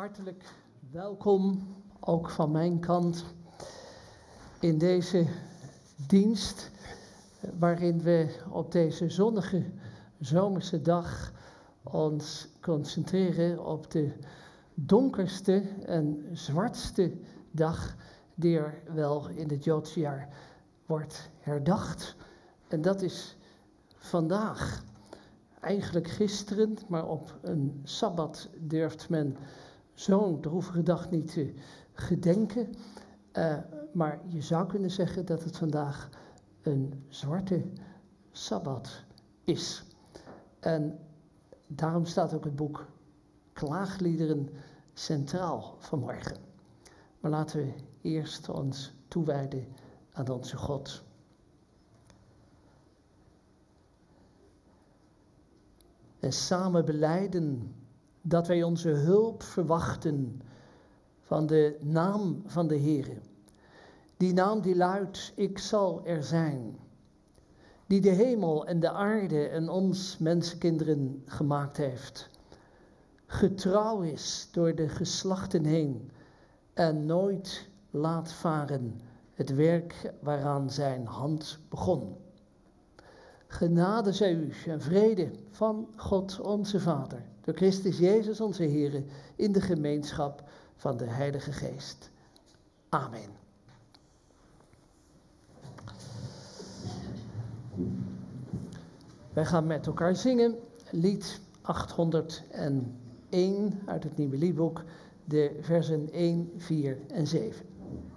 Hartelijk welkom, ook van mijn kant, in deze dienst, waarin we op deze zonnige zomerse dag ons concentreren op de donkerste en zwartste dag die er wel in het Joodse jaar wordt herdacht. En dat is vandaag. Eigenlijk gisteren, maar op een sabbat durft men zo'n droevige dag niet te gedenken. Maar je zou kunnen zeggen dat het vandaag een zwarte sabbat is. En daarom staat ook het boek Klaagliederen centraal vanmorgen. Maar laten we eerst ons toewijden aan onze God. En samen belijden dat wij onze hulp verwachten van de naam van de Heere. Die naam die luidt, ik zal er zijn. Die de hemel en de aarde en ons mensenkinderen gemaakt heeft. Getrouw is door de geslachten heen en nooit laat varen het werk waaraan zijn hand begon. Genade zij u en vrede van God onze Vader, door Christus Jezus onze Heere, in de gemeenschap van de Heilige Geest. Amen. Wij gaan met elkaar zingen, lied 801 uit het Nieuwe Liedboek, de versen 1, 4 en 7.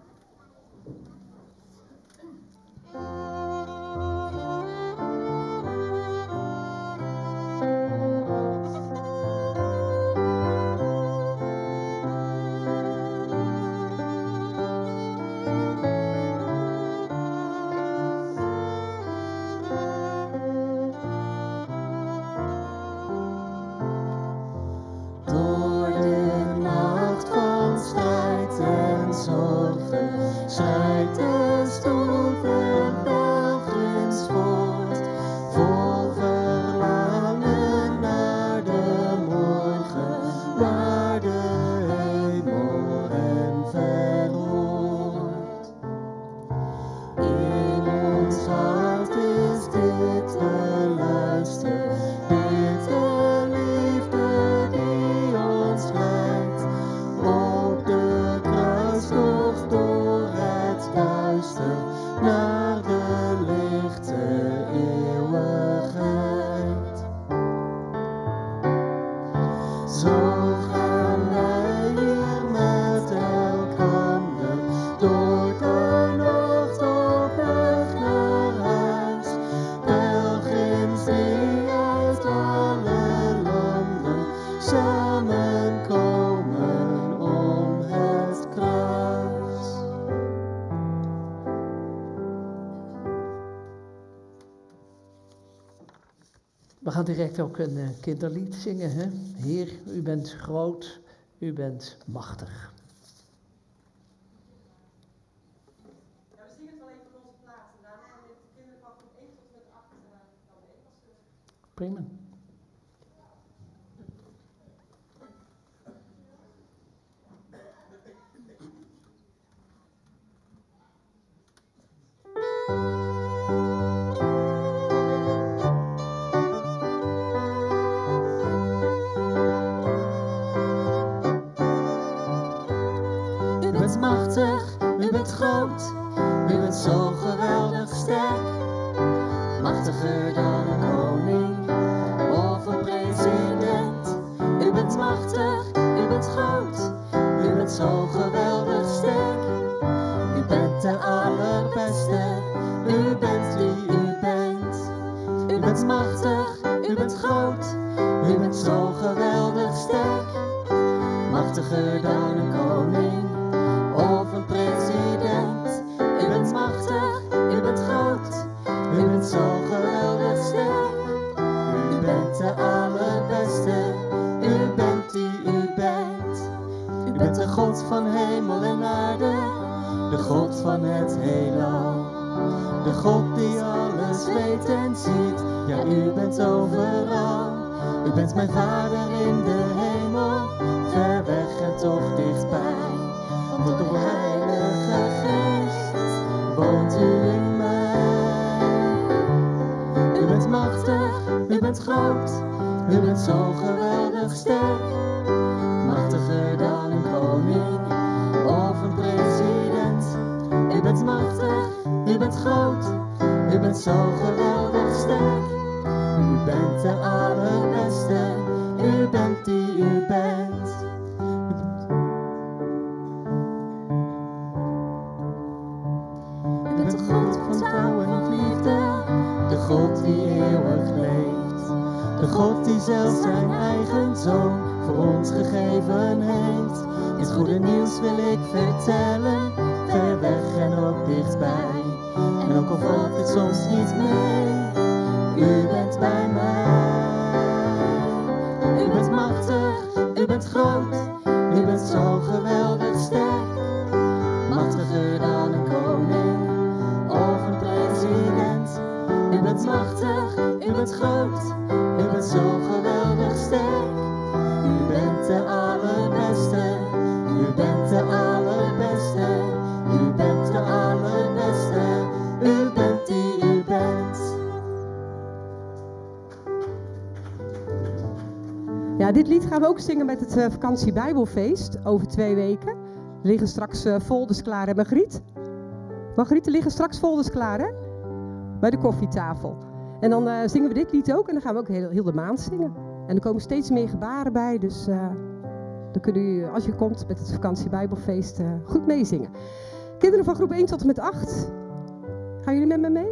We gaan direct ook een kinderlied zingen. Hè? Heer, u bent groot, u bent machtig. Ja, we zingen het wel even op onze plaats. En daarna gaan we de kinderen van groep 1 tot en met 8 dan de Engels doen. Prima. Machtig, u bent groot, u bent zo geweldig sterk. Machtiger dan een koning of een president. U bent machtig, u bent groot, u bent zo geweldig sterk. U bent de allerbeste, u bent wie u bent. U bent machtig, u bent groot, u bent zo geweldig sterk. Machtiger dan een koning of een president. U bent machtig, u bent groot, u bent zo geweldig sterk. U bent de allerbeste, u bent wie u bent. U bent de God van hemel en aarde, de God van het heelal. De God die alles weet en ziet, ja u bent overal. U bent mijn Vader in de hemel, ver weg en bent toch dichtbij, want door de Heilige Geest woont u in mij. U bent machtig, u bent groot, u bent zo geweldig sterk. Machtiger dan een koning of een president. U bent machtig, u bent groot, u bent zo geweldig sterk. U bent de allerbeste, u bent die u bent. U bent de God van trouw en liefde, de God die eeuwig leeft. De God die zelfs zijn eigen zoon voor ons gegeven heeft. Het goede nieuws wil ik vertellen, ver weg en ook dichtbij. En ook al valt het soms niet mee, u bent bij mij. U bent machtig, u bent groot, u bent zo geweldig sterk. Machtiger dan een koning of een president. U bent machtig, u bent groot, u bent zo geweldig sterk. U bent de allerbeste, u bent de allerbeste. U bent de allerbeste, u bent die u bent. Ja, dit lied gaan we ook zingen met het vakantie Bijbelfeest over 2 weken. Er liggen straks folders klaar, hè Margriet? Margriet, er liggen straks folders klaar, hè? Bij de koffietafel. En dan zingen we dit lied ook en dan gaan we ook heel de maand zingen. En er komen steeds meer gebaren bij, dus dan kunnen u, als je komt met het vakantie Bijbelfeest, goed meezingen. Kinderen van groep 1 tot en met 8, gaan jullie met me mee?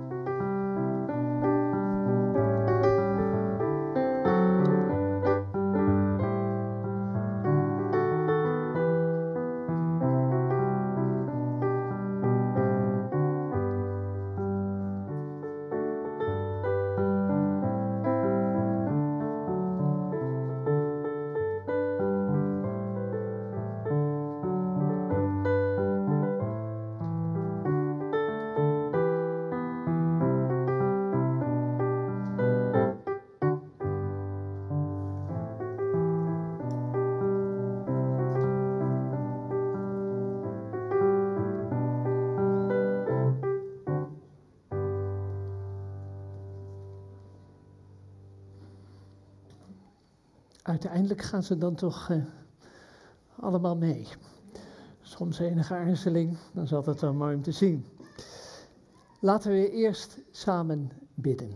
Uiteindelijk gaan ze dan toch allemaal mee. Soms enige aarzeling, dan is altijd wel mooi om te zien. Laten we eerst samen bidden.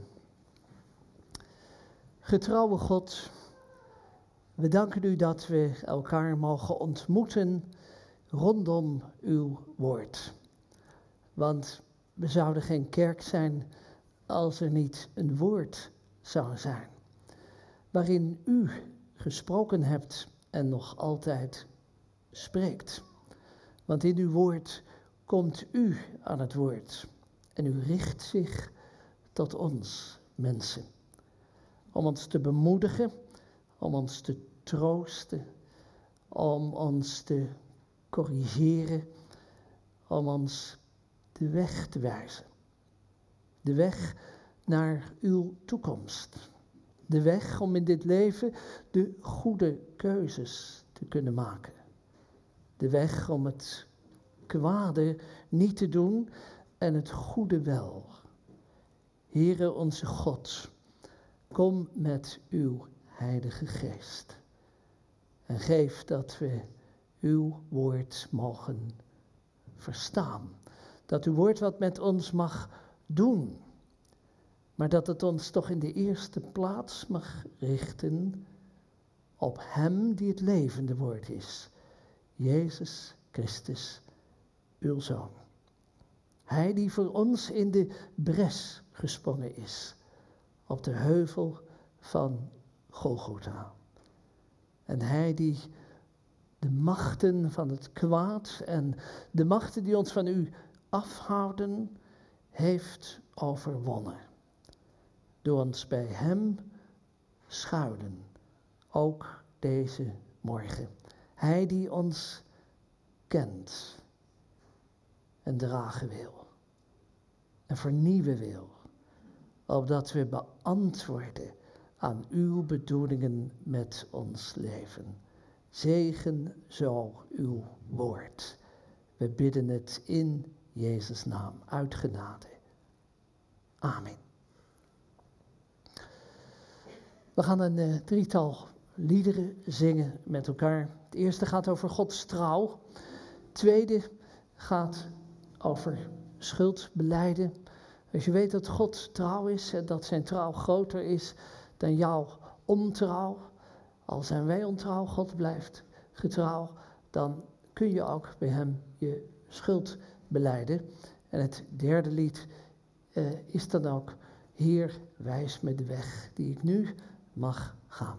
Getrouwe God, we danken u dat we elkaar mogen ontmoeten rondom uw woord. Want we zouden geen kerk zijn als er niet een woord zou zijn. Waarin u gesproken hebt en nog altijd spreekt. Want in uw woord komt u aan het woord. En u richt zich tot ons, mensen. Om ons te bemoedigen, om ons te troosten, om ons te corrigeren, om ons de weg te wijzen. De weg naar uw toekomst. De weg om in dit leven de goede keuzes te kunnen maken. De weg om het kwade niet te doen en het goede wel. Heere onze God, kom met uw Heilige Geest. En geef dat we uw woord mogen verstaan. Dat uw woord wat met ons mag doen. Maar dat het ons toch in de eerste plaats mag richten op hem die het levende woord is. Jezus Christus, uw Zoon. Hij die voor ons in de bres gesprongen is. Op de heuvel van Golgotha. En hij die de machten van het kwaad en de machten die ons van u afhouden, heeft overwonnen. Door ons bij hem schuilen, ook deze morgen. Hij die ons kent en dragen wil en vernieuwen wil, opdat we beantwoorden aan uw bedoelingen met ons leven. Zegen zo uw woord. We bidden het in Jezus' naam, uit genade. Amen. We gaan een drietal liederen zingen met elkaar. Het eerste gaat over Gods trouw. Het tweede gaat over schuldbelijden. Als je weet dat God trouw is en dat zijn trouw groter is dan jouw ontrouw. Al zijn wij ontrouw, God blijft getrouw. Dan kun je ook bij hem je schuld belijden. En het derde lied is dan ook: Heer, wijs me de weg die ik nu mag gaan.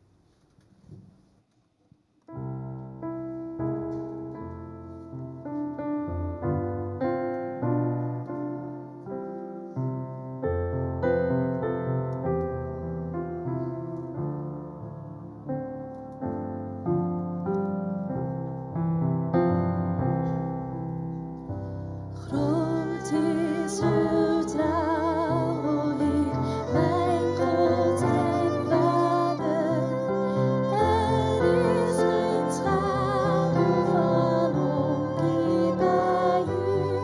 Groot is uw trouw, o Heer, mijn God en Vader. Er is geen schaduw van omkeer bij u.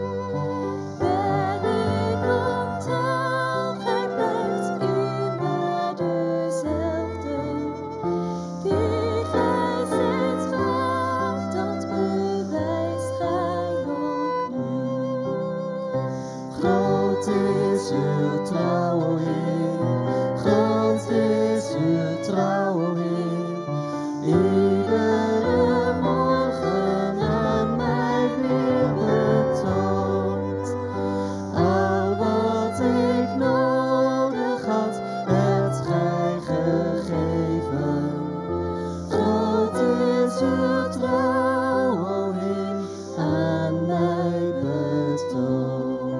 Ben ik ontrouw, gij blijft immer dezelfde. Die gij steeds gaf, dat bewijst gij ook nu. Groot is uw trouw, o Heer, groot is uw trouw, o Heer. Iedere morgen aan mij weer betoond. Al wat ik nodig had, hebt gij gegeven. Groot is uw trouw, o Heer, aan mij betoond.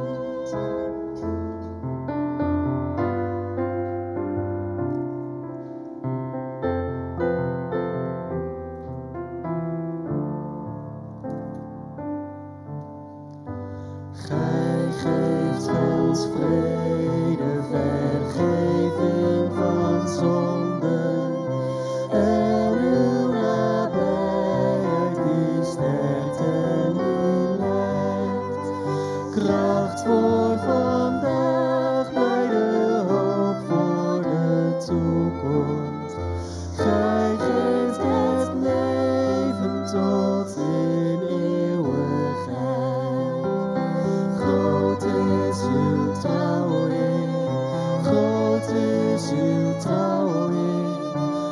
Gij geeft ons vrede, vergeving van zonden. En uw nabijheid die sterkt en die leidt. Kracht voor vandaag, bij de hoop voor de toekomst. Gij geeft het leven tot in eeuwigheid. Groot is uw trouw, o Heer, groot is uw trouw, o Heer.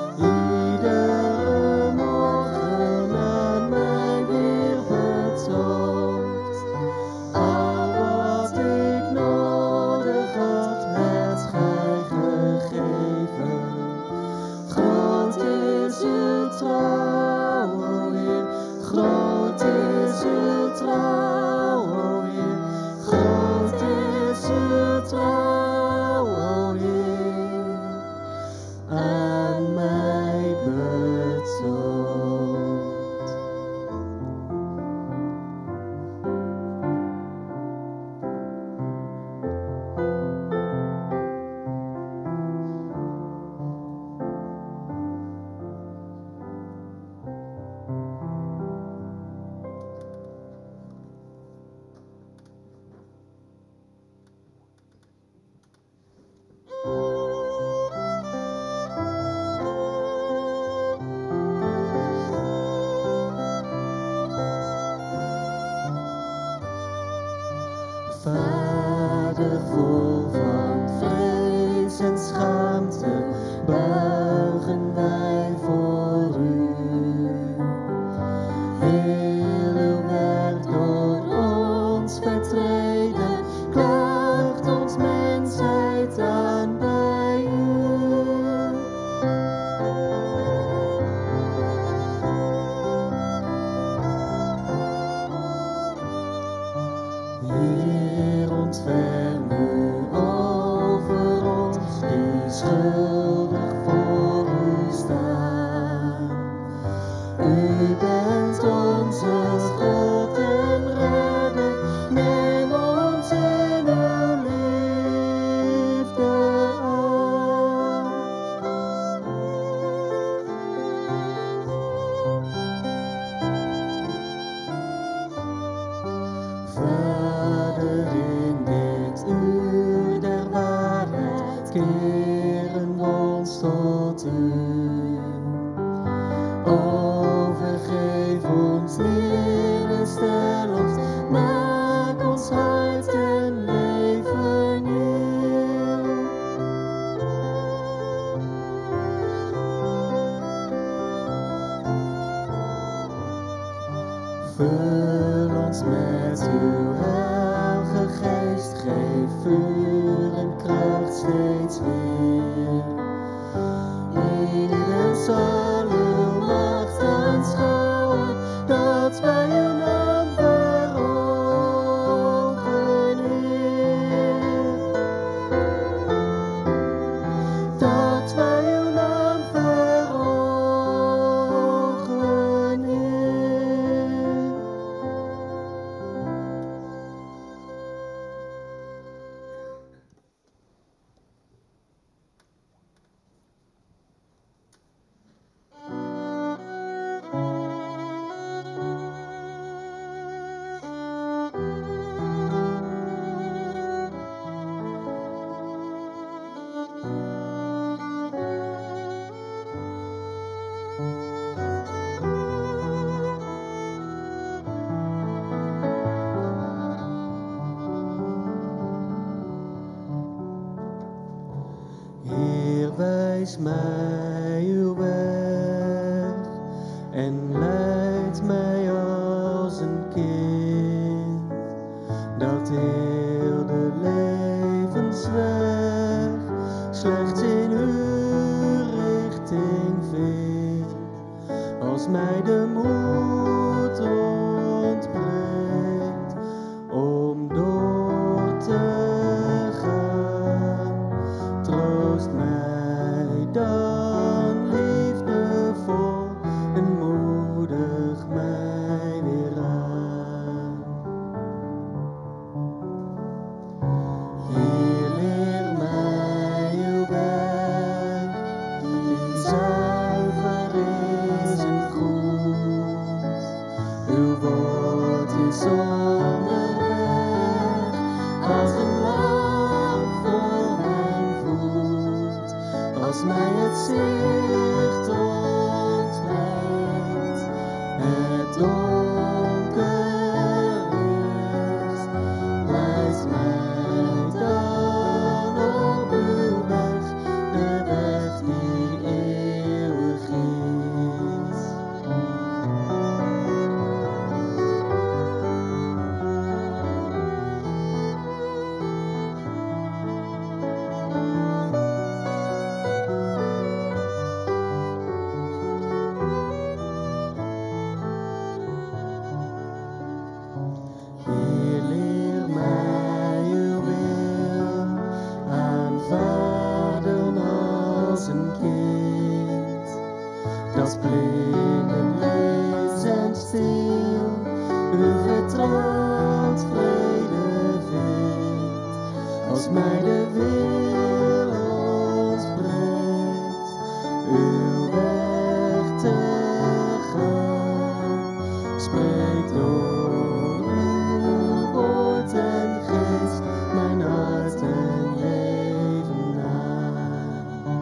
Iedere morgen aan mij weer betoond. Al wat ik nodig had, hebt gij gegeven. Groot is uw trouw, o Heer, groot is uw trouw, o Heer. Groot is uw trouw, o Heer, aan mij betoond. Vader, vol van vrees en schaamte, buigen wij voor u. Heel uw werk door ons vertreden, klaagt ons mensheid aan bij u. Heer, ontferm u over ons die schuldig voor u staan. U bent onze schuld en redder, neem ons in uw liefde aan. herstel ons, maak ons hart en leven nieuw. Vul ons met uw Heilige Geest, geef vuur en kracht steeds weer. Iedereen zal uw macht aanschouwen, dat wij uw naam verhogen, Heer. Dat wij uw naam verhogen, Heer. Heer, wijs mij uw weg en leid mij als een kind, dat heel de levensweg slechts in uw richting vindt. Als mij de moed ontbreekt om door te gaan, troost mij dan liefdevol en moedig mij weer aan. Heer, leer mij uw weg, die zuiver is en goed. Uw woord is onderweg, als een lamp voor mijn voet. Als mij het zicht ontbreekt, het donker is, wijs mij dan op uw weg, de weg die eeuwig is. Heer, leer mij uw wil aanvaarden als een kind, dat blind en lees en stil uw vertrouwd vrede vindt. Als mij de wil ontbreekt uw weg te gaan, spreek door uw woord en geest mijn hart en leven aan.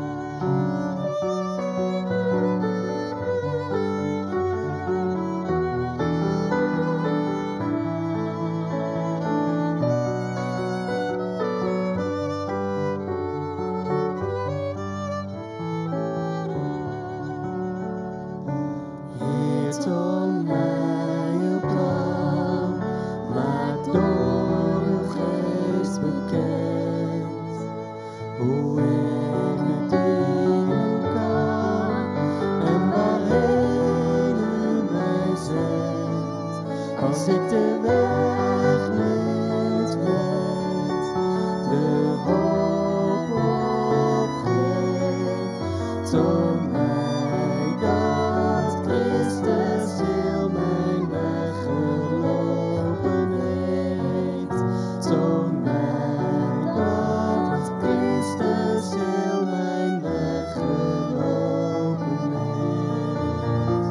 Heer, toon mij uw plan, maak door uw geest bekend hoe ik u dienen kan en waarheen u mij zendt. Als ik de weg niet weet, de hoop opgeef, toon mij dat Christus heel mijn weg gelopen heeft. Toon mij dat Christus heel mijn weg gelopen heeft.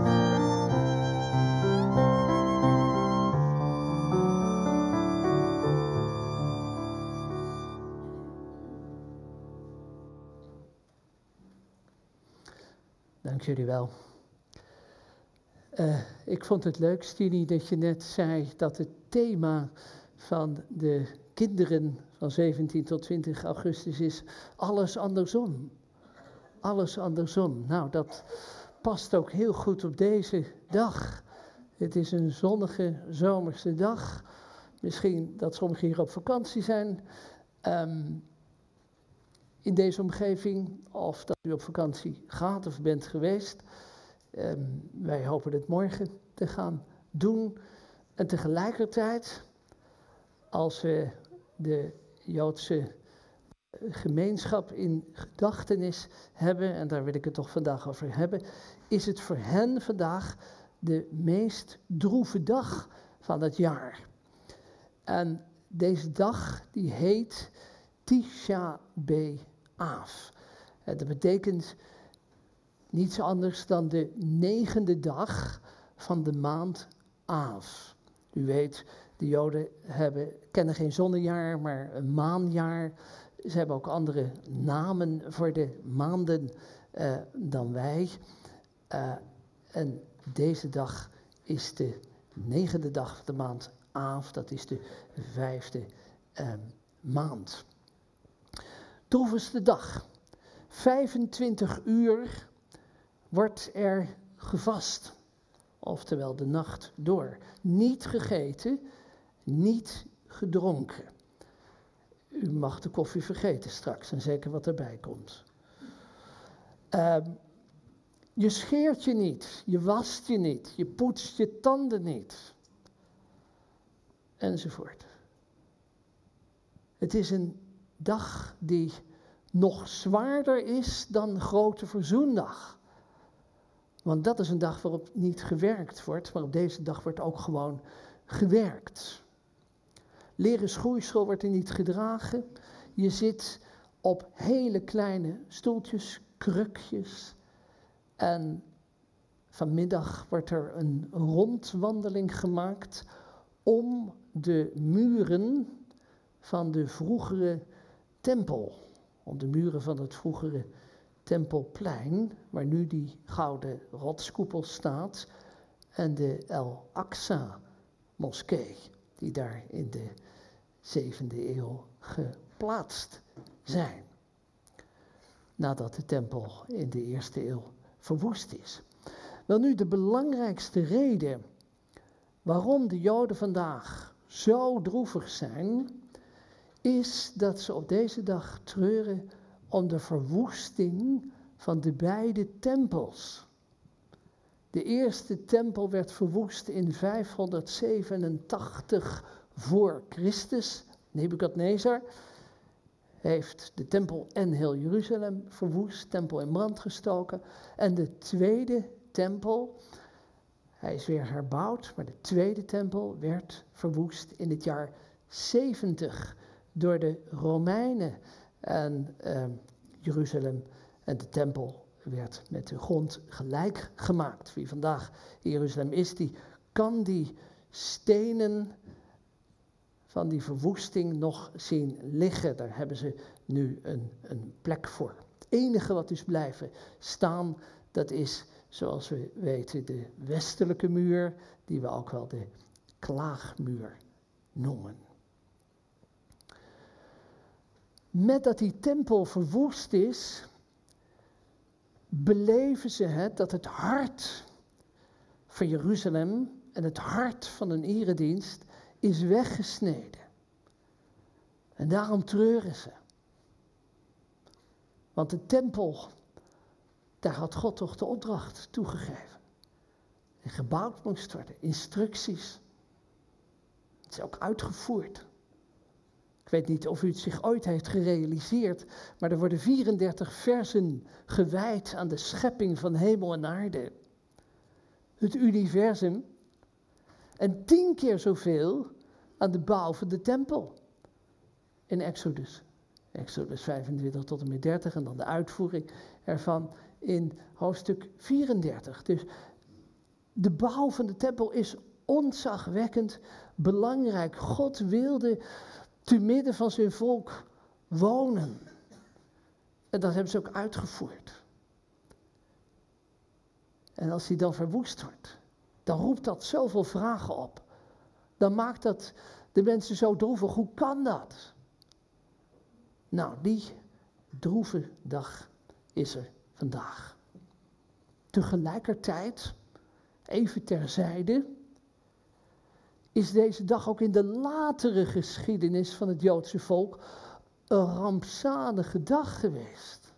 Dank jullie wel. Ik vond het leuk, Stini, dat je net zei dat het thema van de kinderen van 17 tot 20 augustus is alles andersom. Alles andersom. Nou, dat past ook heel goed op deze dag. Het is een zonnige zomerse dag. Misschien dat sommigen hier op vakantie zijn in deze omgeving. Of dat u op vakantie gaat of bent geweest. Wij hopen het morgen te gaan doen. En tegelijkertijd, als we de Joodse gemeenschap in gedachtenis hebben, en daar wil ik het toch vandaag over hebben, is het voor hen vandaag de meest droeve dag van het jaar. En deze dag die heet Tisha B'Av. Dat betekent niets anders dan de 9e dag van de maand Av. U weet, de Joden kennen geen zonnejaar, maar een maanjaar. Ze hebben ook andere namen voor de maanden dan wij. En deze dag is de 9e dag van de maand Av. Dat is de 5e maand. Droevigste dag. 25 uur wordt er gevast. Oftewel de nacht door. Niet gegeten, niet gedronken. U mag de koffie vergeten straks en zeker wat erbij komt. Je scheert je niet, je wast je niet, je poetst je tanden niet. Enzovoort. Het is een dag die nog zwaarder is dan Grote Verzoendag. Want dat is een dag waarop niet gewerkt wordt, maar op deze dag wordt ook gewoon gewerkt. Leren schoeisel wordt er niet gedragen. Je zit op hele kleine stoeltjes, krukjes. En vanmiddag wordt er een rondwandeling gemaakt om de muren van de vroegere tempel. Om de muren van het vroegere tempelplein, waar nu die gouden rotskoepel staat. En de El-Aqsa-moskee, die daar in de 7e eeuw geplaatst zijn. Nadat de tempel in de 1e eeuw verwoest is. Wel nu, de belangrijkste reden waarom de Joden vandaag zo droevig zijn, is dat ze op deze dag treuren om de verwoesting van de beide tempels. De eerste tempel werd verwoest in 587 voor Christus. Nebukadnezar heeft de tempel en heel Jeruzalem verwoest, tempel in brand gestoken. En de tweede tempel, hij is weer herbouwd, maar de tweede tempel werd verwoest in het jaar 70 door de Romeinen. En Jeruzalem en de tempel werd met de grond gelijk gemaakt. Wie vandaag in Jeruzalem is, die kan die stenen van die verwoesting nog zien liggen. Daar hebben ze nu een plek voor. Het enige wat is blijven staan, dat is, zoals we weten, de westelijke muur, die we ook wel de klaagmuur noemen. Met dat die tempel verwoest is, beleven ze het dat het hart van Jeruzalem en het hart van een eredienst is weggesneden. En daarom treuren ze. Want de tempel, daar had God toch de opdracht toegegeven. En gebouwd moest worden, instructies. Het is ook uitgevoerd. Ik weet niet of u het zich ooit heeft gerealiseerd, maar er worden 34 versen gewijd aan de schepping van hemel en aarde. Het universum. En 10 keer zoveel aan de bouw van de tempel. In Exodus. Exodus 25 tot en met 30 en dan de uitvoering ervan in hoofdstuk 34. Dus de bouw van de tempel is ontzagwekkend belangrijk. God wilde te midden van zijn volk wonen. En dat hebben ze ook uitgevoerd. En als die dan verwoest wordt, dan roept dat zoveel vragen op. Dan maakt dat de mensen zo droevig. Hoe kan dat? Nou, die droeve dag is er vandaag. Tegelijkertijd, even terzijde, is deze dag ook in de latere geschiedenis van het Joodse volk een rampzalige dag geweest.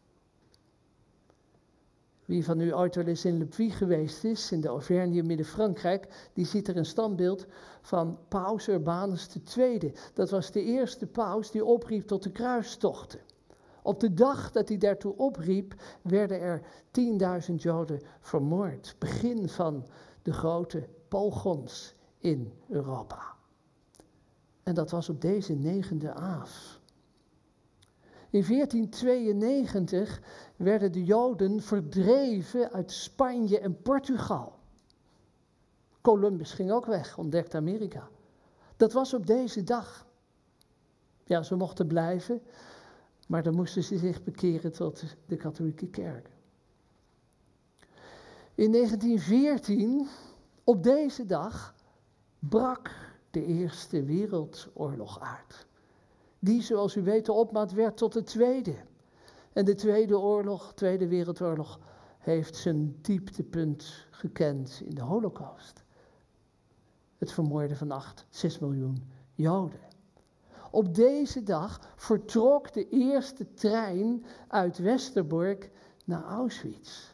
Wie van u ooit wel eens in Le Puy geweest is, in de Auvergne, Midden-Frankrijk, die ziet er een standbeeld van paus Urbanus II. Dat was de eerste paus die opriep tot de kruistochten. Op de dag dat hij daartoe opriep, werden er 10.000 Joden vermoord. Begin van de grote pogroms in Europa. En dat was op deze 9e Aaf. In 1492 werden de Joden verdreven uit Spanje en Portugal. Columbus ging ook weg, ontdekte Amerika. Dat was op deze dag. Ja, ze mochten blijven, maar dan moesten ze zich bekeren tot de katholieke kerk. In 1914, op deze dag, brak de Eerste Wereldoorlog uit. Die, zoals u weet, de opmaat werd tot de Tweede. En de Tweede Wereldoorlog, heeft zijn dieptepunt gekend in de Holocaust. Het vermoorden van 6 miljoen Joden. Op deze dag vertrok de eerste trein uit Westerbork naar Auschwitz.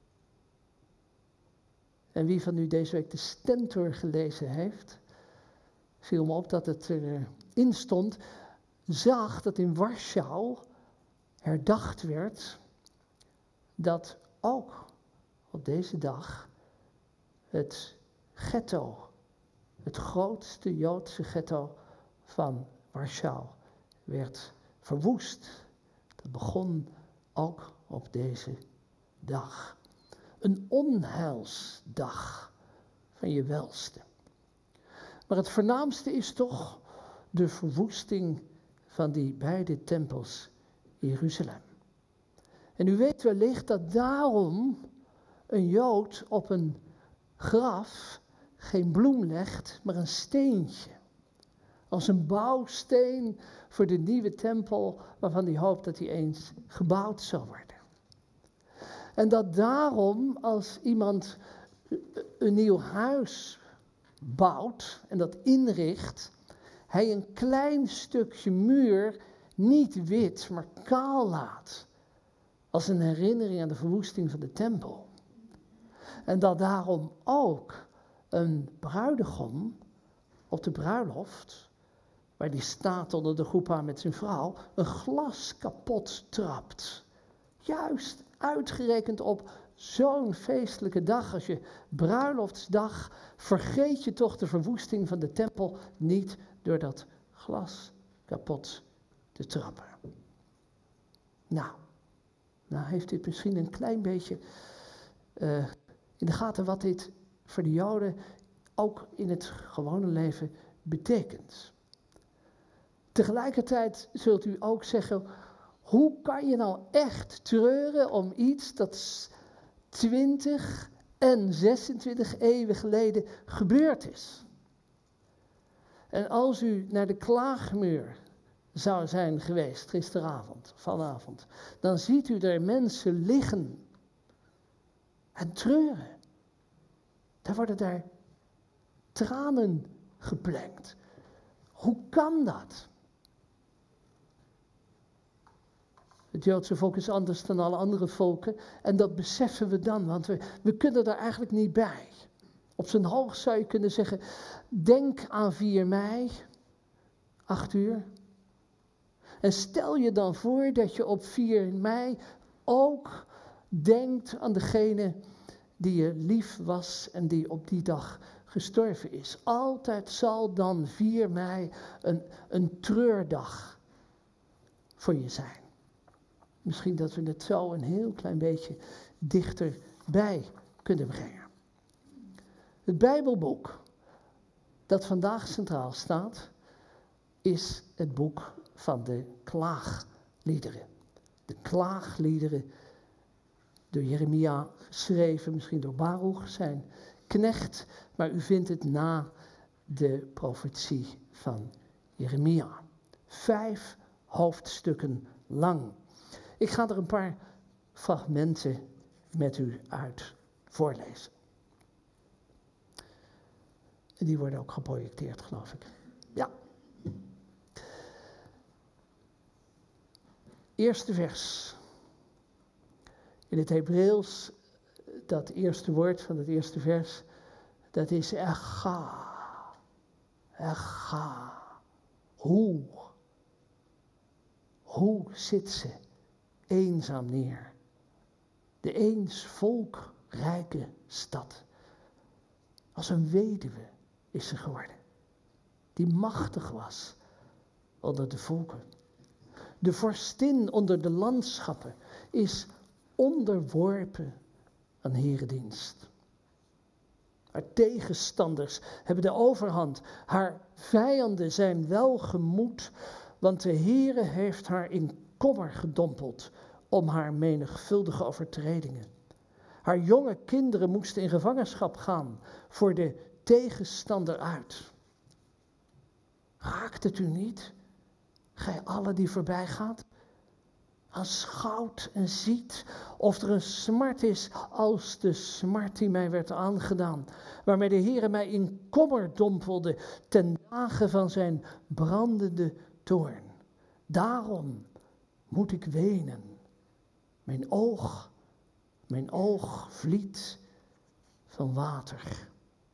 En wie van u deze week de Stentor gelezen heeft, viel me op dat het erin stond, zag dat in Warschau herdacht werd dat ook op deze dag het ghetto, het grootste Joodse ghetto van Warschau, werd verwoest. Dat begon ook op deze dag. Een onheilsdag van je welste. Maar het voornaamste is toch de verwoesting van die beide tempels in Jeruzalem. En u weet wellicht dat daarom een Jood op een graf geen bloem legt, maar een steentje. Als een bouwsteen voor de nieuwe tempel waarvan hij hoopt dat hij eens gebouwd zal worden. En dat daarom als iemand een nieuw huis bouwt en dat inricht, hij een klein stukje muur niet wit, maar kaal laat. Als een herinnering aan de verwoesting van de tempel. En dat daarom ook een bruidegom op de bruiloft, waar die staat onder de groep met zijn vrouw, een glas kapot trapt. Juist uitgerekend op zo'n feestelijke dag als je bruiloftsdag, vergeet je toch de verwoesting van de tempel niet door dat glas kapot te trappen. Nou heeft dit misschien een klein beetje in de gaten wat dit voor de Joden ook in het gewone leven betekent. Tegelijkertijd zult u ook zeggen, hoe kan je nou echt treuren om iets dat 20 en 26 eeuwen geleden gebeurd is? En als u naar de klaagmuur zou zijn geweest vanavond, dan ziet u er mensen liggen en treuren. Daar worden daar tranen geplengd. Hoe kan dat? Het Joodse volk is anders dan alle andere volken en dat beseffen we dan, want we kunnen er eigenlijk niet bij. Op zijn hoogst zou je kunnen zeggen, denk aan 4 mei, 8 uur. En stel je dan voor dat je op 4 mei ook denkt aan degene die je lief was en die op die dag gestorven is. Altijd zal dan 4 mei een treurdag voor je zijn. Misschien dat we het zo een heel klein beetje dichterbij kunnen brengen. Het Bijbelboek dat vandaag centraal staat, is het boek van de klaagliederen. De klaagliederen door Jeremia geschreven, misschien door Baruch, zijn knecht, maar u vindt het na de profetie van Jeremia. 5 hoofdstukken lang. Ik ga er een paar fragmenten met u uit voorlezen. En die worden ook geprojecteerd, geloof ik. Ja. Eerste vers. In het Hebreeuws, dat eerste woord van het eerste vers, dat is echa. Echa. Hoe zit ze eenzaam neer? De eens volkrijke stad. Als een weduwe is ze geworden, die machtig was onder de volken. De vorstin onder de landschappen is onderworpen aan heredienst. Haar tegenstanders hebben de overhand. Haar vijanden zijn welgemoed, want de Heere heeft haar in kommer gedompeld om haar menigvuldige overtredingen. Haar jonge kinderen moesten in gevangenschap gaan voor de tegenstander uit. Raakt het u niet, gij allen die voorbij gaat? Aanschouwt en ziet of er een smart is als de smart die mij werd aangedaan, waarmee de Heere mij in kommer dompelde ten dagen van zijn brandende toorn. Daarom moet ik wenen. Mijn oog vliet van water.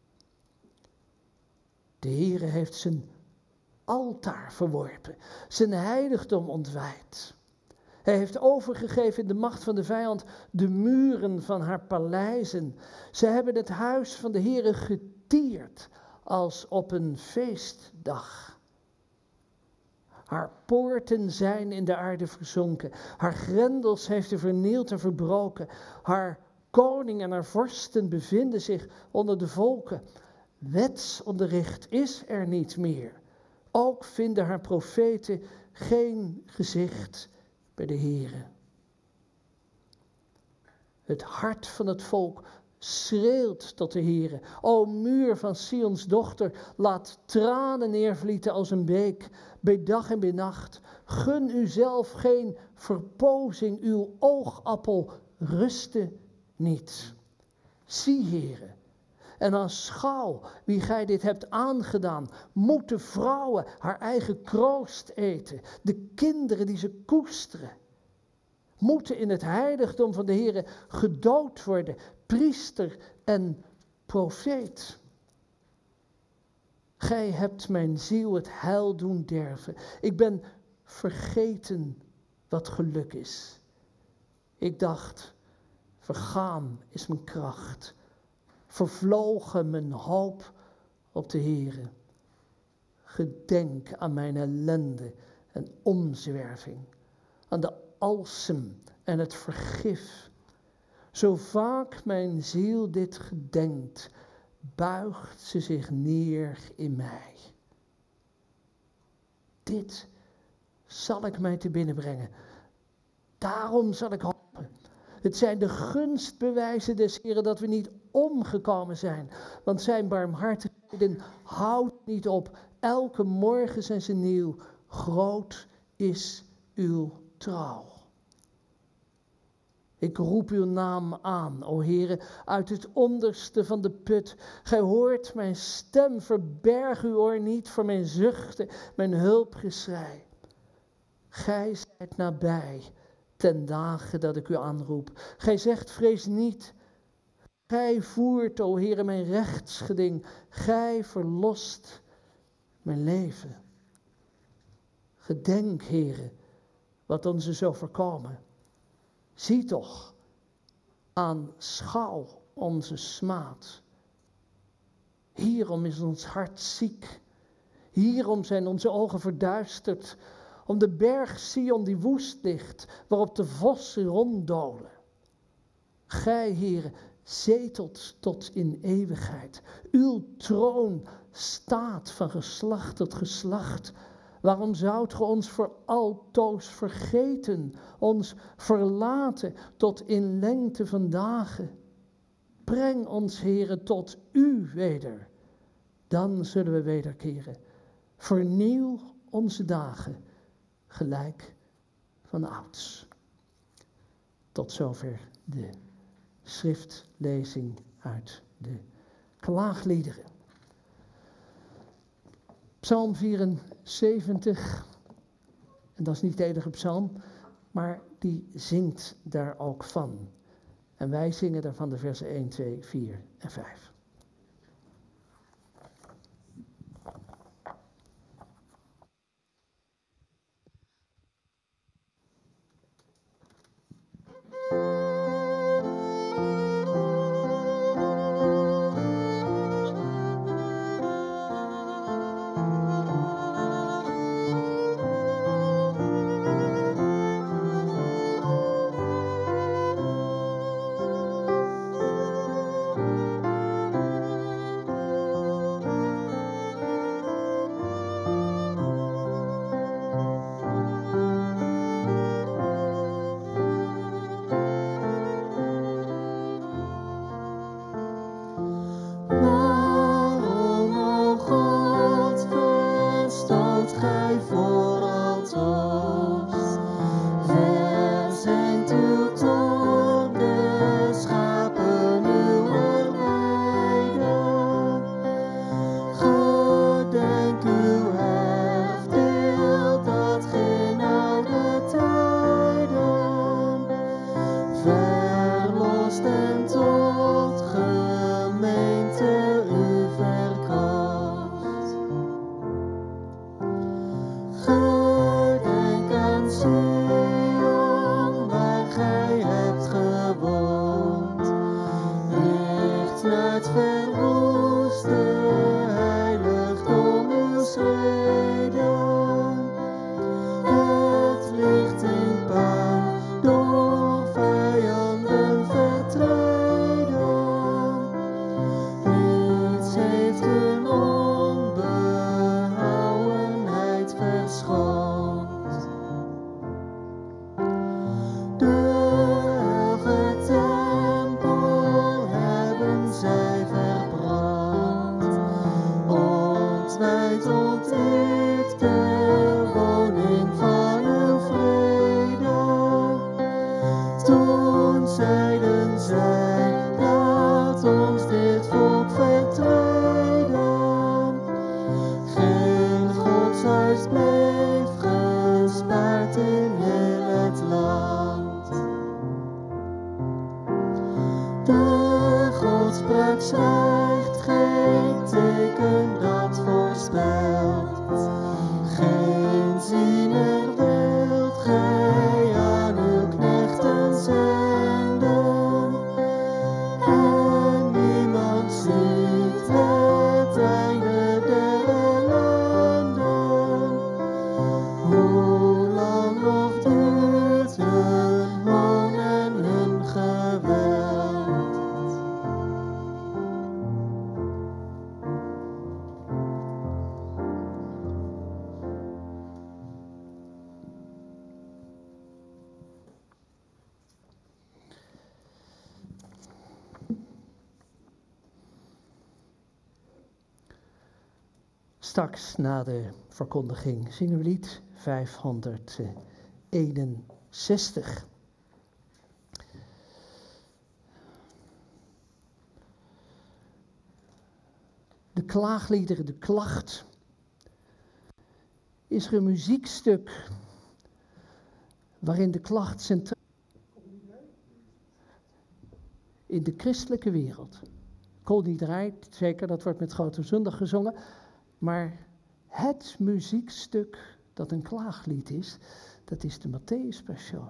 De Heere heeft zijn altaar verworpen, zijn heiligdom ontwijd. Hij heeft overgegeven in de macht van de vijand de muren van haar paleizen. Ze hebben het huis van de Heere getierd als op een feestdag. Haar poorten zijn in de aarde verzonken. Haar grendels heeft hij vernield en verbroken. Haar koning en haar vorsten bevinden zich onder de volken. Wetsonderricht is er niet meer. Ook vinden haar profeten geen gezicht bij de Heere. Het hart van het volk schreeuwt tot de Heere. O muur van Sions dochter, laat tranen neervlieten als een beek, bij dag en bij nacht. Gun uzelf geen verpozing, uw oogappel ruste niet. Zie, Heere, en aanschouw wie gij dit hebt aangedaan. Moeten vrouwen haar eigen kroost eten, de kinderen die ze koesteren. Moeten in het heiligdom van de Heere gedood worden, priester en profeet. Gij hebt mijn ziel het heil doen derven. Ik ben vergeten wat geluk is. Ik dacht, vergaan is mijn kracht. Vervlogen mijn hoop op de Heere. Gedenk aan mijn ellende en omzwerving. Aan de alsem en het vergif. Zo vaak mijn ziel dit gedenkt, buigt ze zich neer in mij. Dit zal ik mij te binnen brengen. Daarom zal ik hopen. Het zijn de gunstbewijzen des Heeren dat we niet omgekomen zijn. Want zijn barmhartigheden houdt niet op. Elke morgen zijn ze nieuw. Groot is uw trouw. Ik roep uw naam aan, o Heere, uit het onderste van de put. Gij hoort mijn stem, verberg uw oor niet voor mijn zuchten, mijn hulpgeschrei. Gij zijt nabij, ten dagen dat ik u aanroep. Gij zegt, vrees niet. Gij voert, o Heere, mijn rechtsgeding. Gij verlost mijn leven. Gedenk, Heere, wat ons is overkomen. Zie toch, aanschouw onze smaad. Hierom is ons hart ziek. Hierom zijn onze ogen verduisterd. Om de berg Sion die woest ligt, waarop de vossen ronddolen. Gij, Heere, zetelt tot in eeuwigheid. Uw troon staat van geslacht tot geslacht. Waarom zoudt ge ons voor altoos vergeten, ons verlaten tot in lengte van dagen? Breng ons, Heere, tot u weder. Dan zullen we wederkeren. Vernieuw onze dagen, gelijk van ouds. Tot zover de schriftlezing uit de klaagliederen. Psalm 74, en dat is niet de enige psalm, maar die zingt daar ook van. En wij zingen daarvan de versen 1, 2, 4 en 5. Straks na de verkondiging zingen we lied 561. De klaagliederen, de klacht, is er een muziekstuk waarin de klacht centraal in de christelijke wereld. Koolniederij, zeker, dat wordt met Grote Zondag gezongen. Maar het muziekstuk dat een klaaglied is, dat is de Matthäus-passion.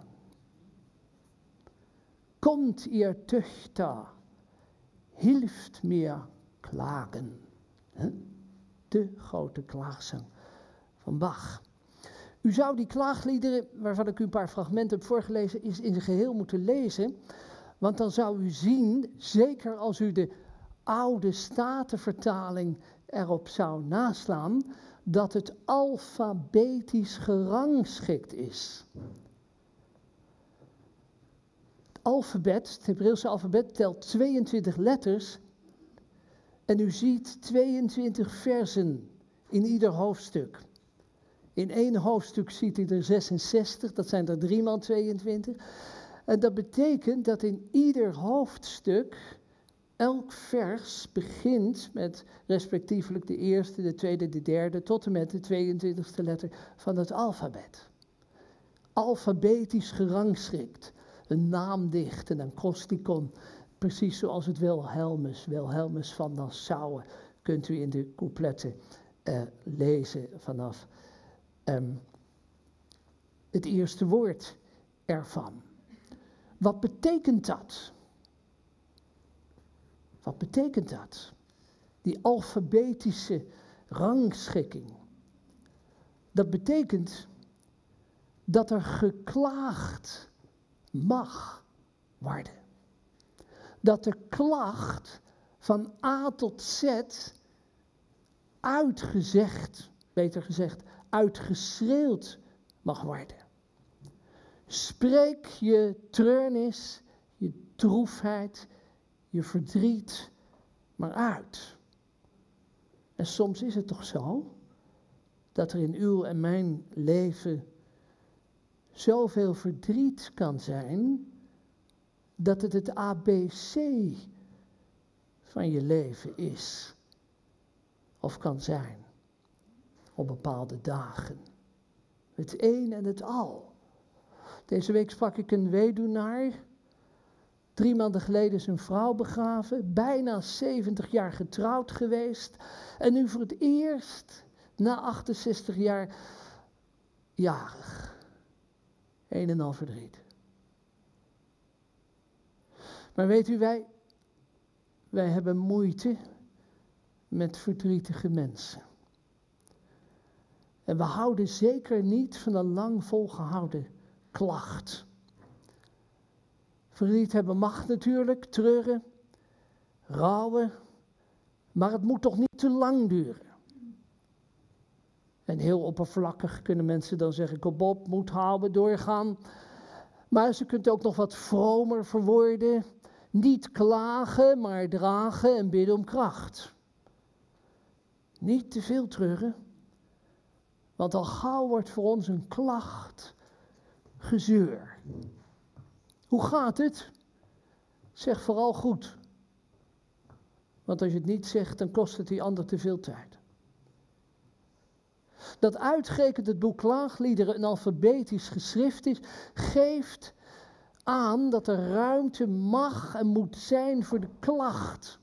Komt ihr Töchter, hilft mir klagen. De grote klaagzang van Bach. U zou die klaagliederen, waarvan ik u een paar fragmenten heb voorgelezen, eens in zijn geheel moeten lezen. Want dan zou u zien, zeker als u de oude Statenvertaling erop zou naslaan, dat het alfabetisch gerangschikt is. alfabet, het Hebreeuwse alfabet, telt 22 letters. En u ziet 22 versen in ieder hoofdstuk. In één hoofdstuk ziet u er 66, dat zijn er 3 maal 22. En dat betekent dat in ieder hoofdstuk elk vers begint met respectievelijk de eerste, de tweede, de derde, tot en met de 22e letter van het alfabet. Alfabetisch gerangschikt, een naamdicht en een acrosticon, precies zoals het Wilhelmus van Nassau, kunt u in de coupletten lezen vanaf het eerste woord ervan. Wat betekent dat? Wat betekent dat? Die alfabetische rangschikking. Dat betekent dat er geklaagd mag worden. Dat de klacht van A tot Z uitgezegd, beter gezegd, uitgeschreeuwd mag worden. Spreek je treurnis, je droefheid, je verdriet maar uit. En soms is het toch zo dat er in uw en mijn leven zoveel verdriet kan zijn dat het ABC van je leven is of kan zijn op bepaalde dagen. Het een en het al. Deze week sprak ik een weduwnaar. 3 maanden geleden is een vrouw begraven. Bijna 70 jaar getrouwd geweest. En nu voor het eerst, na 68 jaar, jarig. Een en al verdriet. Maar weet u, wij hebben moeite met verdrietige mensen. En we houden zeker niet van een lang volgehouden klacht. Verdriet hebben mag natuurlijk, treuren, rouwen, maar het moet toch niet te lang duren. En heel oppervlakkig kunnen mensen dan zeggen, kom op, moed houden, doorgaan. Maar ze kunt ook nog wat vromer verwoorden. Niet klagen, maar dragen en bidden om kracht. Niet te veel treuren. Want al gauw wordt voor ons een klacht gezeur. Hoe gaat het? Zeg vooral goed. Want als je het niet zegt, dan kost het die ander te veel tijd. Dat uitgerekend het boek Klaagliederen een alfabetisch geschrift is, geeft aan dat er ruimte mag en moet zijn voor de klacht.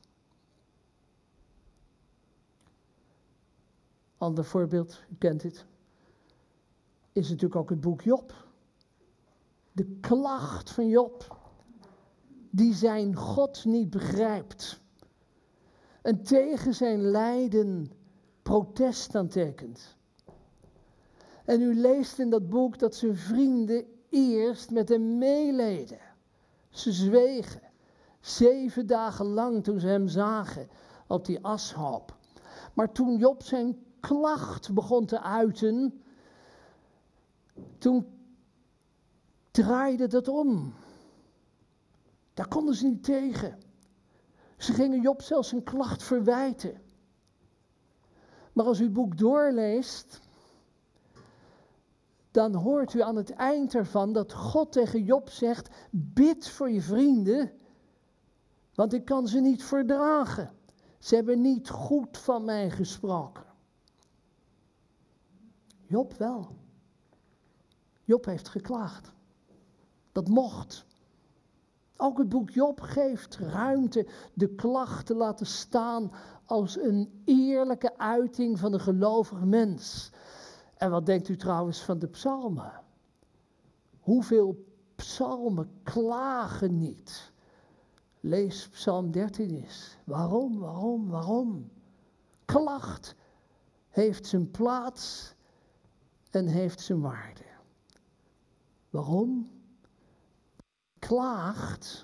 Ander voorbeeld, u kent het, is natuurlijk ook het boek Job. De klacht van Job, die zijn God niet begrijpt. En tegen zijn lijden protest aantekent. En u leest in dat boek dat zijn vrienden eerst met hem meeleden. Ze zwegen 7 dagen lang toen ze hem zagen op die ashoop. Maar toen Job zijn klacht begon te uiten, toen draaide dat om. Daar konden ze niet tegen. Ze gingen Job zelfs zijn klacht verwijten. Maar als u het boek doorleest, dan hoort u aan het eind ervan dat God tegen Job zegt, bid voor je vrienden, want ik kan ze niet verdragen. Ze hebben niet goed van mij gesproken. Job wel. Job heeft geklaagd. Dat mocht. Ook het boek Job geeft ruimte de klacht te laten staan als een eerlijke uiting van een gelovig mens. En wat denkt u trouwens van de psalmen? Hoeveel psalmen klagen niet? Lees Psalm 13 eens. Waarom? Klacht heeft zijn plaats en heeft zijn waarde. Waarom? Klaagt,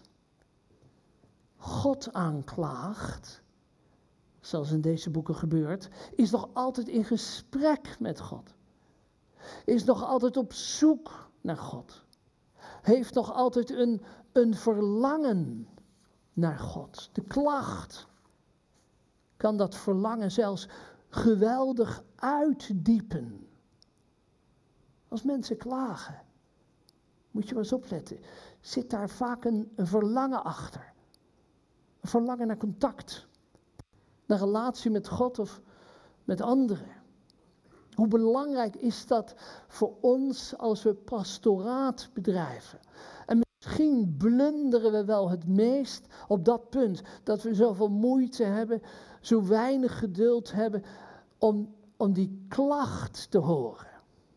God aanklaagt, zoals in deze boeken gebeurt, is nog altijd in gesprek met God. Is nog altijd op zoek naar God. Heeft nog altijd een verlangen naar God. De klacht kan dat verlangen zelfs geweldig uitdiepen. Als mensen klagen, moet je maar eens opletten, zit daar vaak een verlangen achter. Een verlangen naar contact, naar relatie met God of met anderen. Hoe belangrijk is dat voor ons als we pastoraat bedrijven? En misschien blunderen we wel het meest op dat punt, dat we zoveel moeite hebben, zo weinig geduld hebben om die klacht te horen.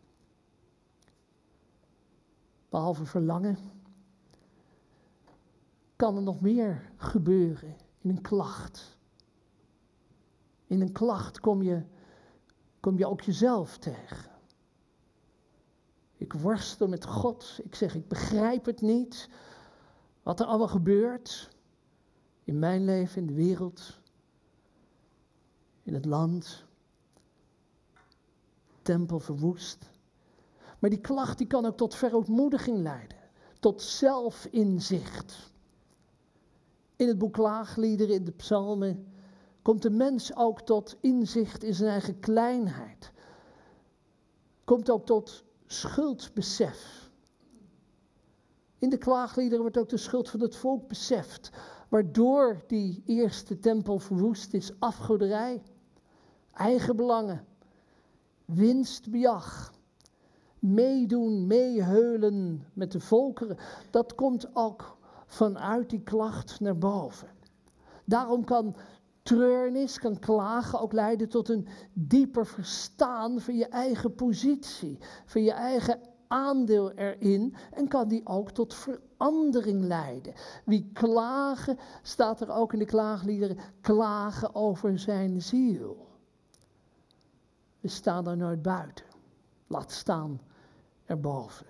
Behalve verlangen, kan er nog meer gebeuren in een klacht. In een klacht kom je ook jezelf tegen. Ik worstel met God. Ik zeg, ik begrijp het niet. Wat er allemaal gebeurt. In mijn leven, in de wereld. In het land. Tempel verwoest. Maar die klacht die kan ook tot verootmoediging leiden. Tot zelfinzicht. In het boek Klaagliederen, in de psalmen, komt de mens ook tot inzicht in zijn eigen kleinheid. Komt ook tot schuldbesef. In de Klaagliederen wordt ook de schuld van het volk beseft. Waardoor die eerste tempel verwoest is. Afgoderij, eigenbelangen, winstbejag, meedoen, meeheulen met de volkeren. Dat komt ook vanuit die klacht naar boven. Daarom kan treurnis, kan klagen ook leiden tot een dieper verstaan van je eigen positie, van je eigen aandeel erin en kan die ook tot verandering leiden. Wie klagen, staat er ook in de Klaagliederen, klagen over zijn ziel. We staan er nooit buiten, laat staan erboven.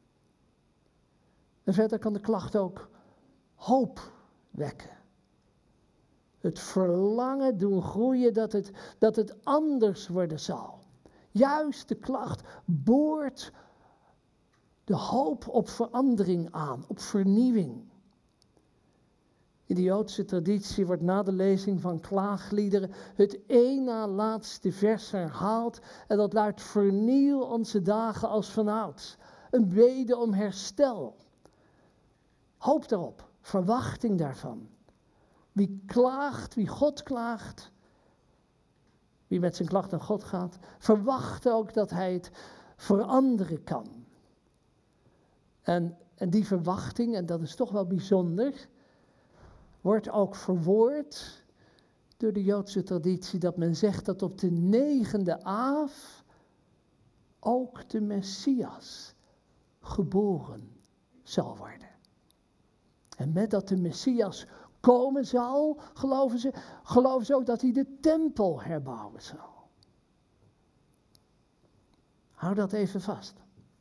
En verder kan de klacht ook hoop wekken. Het verlangen doen groeien dat het anders worden zal. Juist de klacht boort de hoop op verandering aan, op vernieuwing. In de Joodse traditie wordt na de lezing van Klaagliederen het één na laatste vers herhaald en dat luidt: vernieuw onze dagen als vanouds. Een bede om herstel. Hoop daarop, verwachting daarvan. Wie klaagt, wie God klaagt, wie met zijn klacht naar God gaat, verwacht ook dat hij het veranderen kan. En die verwachting, en dat is toch wel bijzonder, wordt ook verwoord door de Joodse traditie dat men zegt dat op de 9e Aaf ook de Messias geboren zal worden. En met dat de Messias komen zal, geloven ze ook dat hij de tempel herbouwen zal. Hou dat even vast.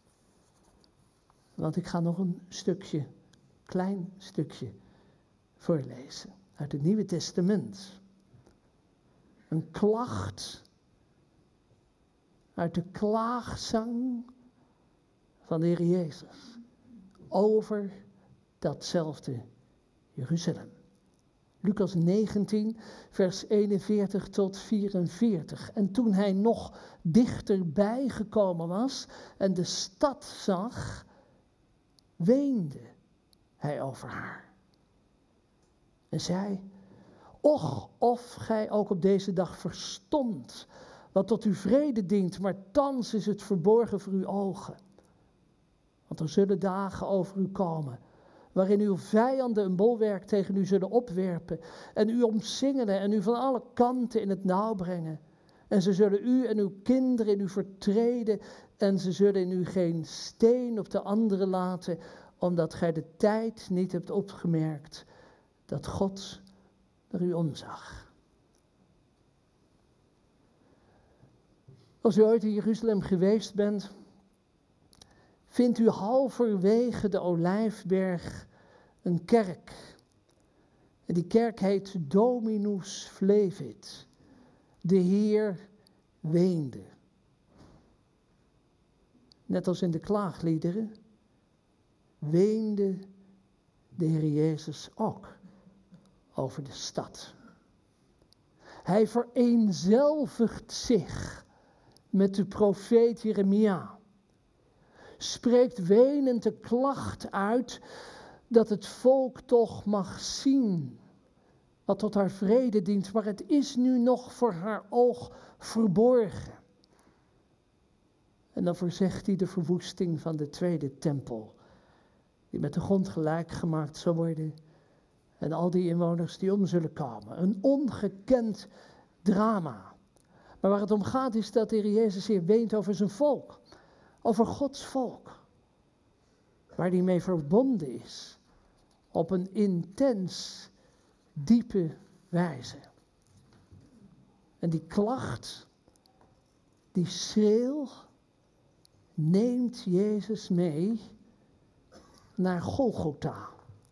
Want ik ga nog een stukje, klein stukje, voorlezen uit het Nieuwe Testament. Een klacht uit de klaagzang van de Heer Jezus over datzelfde Jeruzalem. Lucas 19, vers 41 tot 44. En toen hij nog dichterbij gekomen was en de stad zag, weende hij over haar. En zei: och, of gij ook op deze dag verstond wat tot uw vrede dient, maar thans is het verborgen voor uw ogen. Want er zullen dagen over u komen, waarin uw vijanden een bolwerk tegen u zullen opwerpen en u omsingelen en u van alle kanten in het nauw brengen. En ze zullen u en uw kinderen in u vertreden en ze zullen in u geen steen op de andere laten, omdat gij de tijd niet hebt opgemerkt dat God naar u omzag. Als u ooit in Jeruzalem geweest bent, vindt u halverwege de Olijfberg een kerk. En die kerk heet Dominus Flevit. De Heer weende. Net als in de Klaagliederen weende de Heer Jezus ook over de stad. Hij vereenzelvigt zich met de profeet Jeremia. Spreekt wenend de klacht uit dat het volk toch mag zien wat tot haar vrede dient, maar het is nu nog voor haar oog verborgen. En dan voorzegt hij de verwoesting van de tweede tempel, die met de grond gelijk gemaakt zal worden. En al die inwoners die om zullen komen. Een ongekend drama. Maar waar het om gaat is dat de Heer Jezus hier weent over zijn volk. Over Gods volk. Waar hij mee verbonden is. Op een intens, diepe wijze. En die klacht, die schreeuw, neemt Jezus mee naar Golgotha.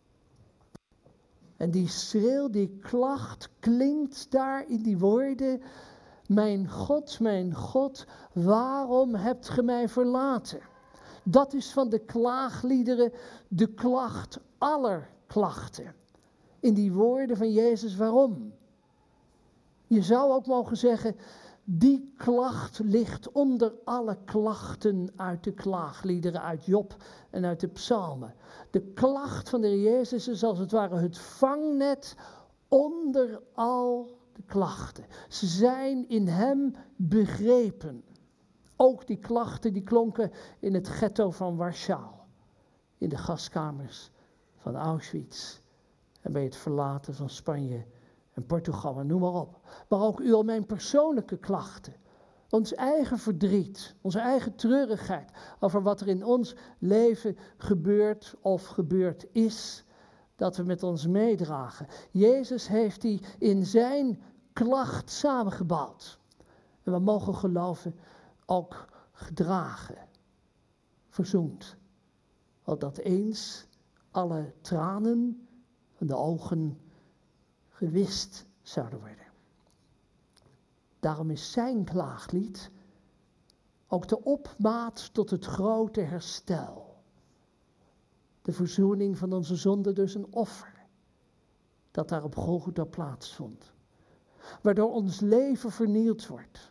En die schreeuw, die klacht klinkt daar in die woorden: mijn God, waarom hebt ge mij verlaten? Dat is van de klaagliederen de klacht aller klachten. In die woorden van Jezus, waarom? Je zou ook mogen zeggen, die klacht ligt onder alle klachten uit de klaagliederen, uit Job en uit de psalmen. De klacht van de Heer Jezus is als het ware het vangnet onder al de klachten. Ze zijn in hem begrepen. Ook die klachten die klonken in het ghetto van Warschau. In de gaskamers van Auschwitz. En bij het verlaten van Spanje en Portugal en noem maar op. Maar ook u al mijn persoonlijke klachten. Ons eigen verdriet, onze eigen treurigheid over wat er in ons leven gebeurt of gebeurd is, dat we met ons meedragen. Jezus heeft die in zijn klacht samengebouwd. En we mogen geloven ook gedragen, verzoend. Opdat eens alle tranen van de ogen gewist zouden worden. Daarom is zijn klaaglied ook de opmaat tot het grote herstel. De verzoening van onze zonde, dus een offer, dat daar op Golgotha plaatsvond. Waardoor ons leven vernield wordt.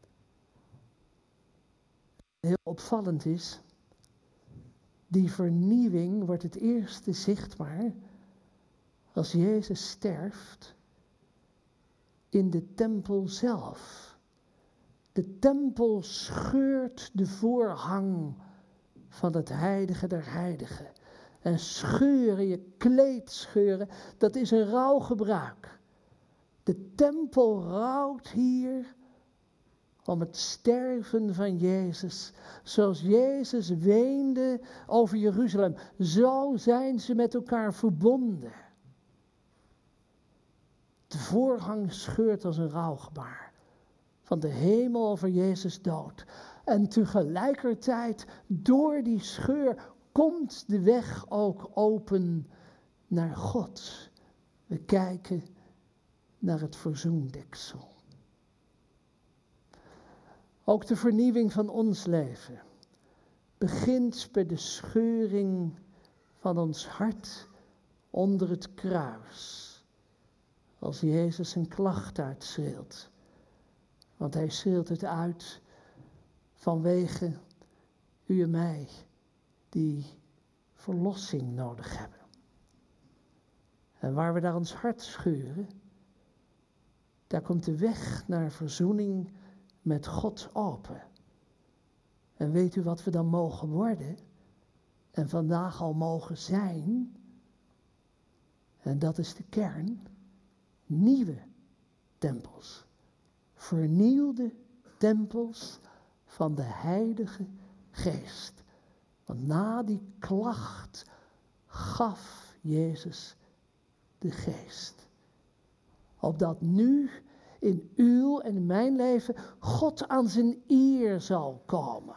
Heel opvallend is, die vernieuwing wordt het eerste zichtbaar als Jezus sterft in de tempel zelf. De tempel scheurt de voorhang van het heilige der heiligen. En scheuren, je kleed scheuren, dat is een rouwgebruik. De tempel rouwt hier om het sterven van Jezus. Zoals Jezus weende over Jeruzalem, zo zijn ze met elkaar verbonden. De voorhang scheurt als een rouwgebaar van de hemel over Jezus dood. En tegelijkertijd, door die scheur, komt de weg ook open naar God. We kijken naar het verzoendeksel. Ook de vernieuwing van ons leven begint bij de scheuring van ons hart onder het kruis. Als Jezus zijn klacht uitschreeuwt. Want hij schreeuwt het uit vanwege u en mij die verlossing nodig hebben. En waar we daar ons hart scheuren, daar komt de weg naar verzoening met God open. En weet u wat we dan mogen worden? En vandaag al mogen zijn? En dat is de kern. Nieuwe tempels. Vernieuwde tempels van de Heilige Geest. Want na die klacht gaf Jezus de Geest. Opdat nu in uw en in mijn leven God aan zijn eer zal komen.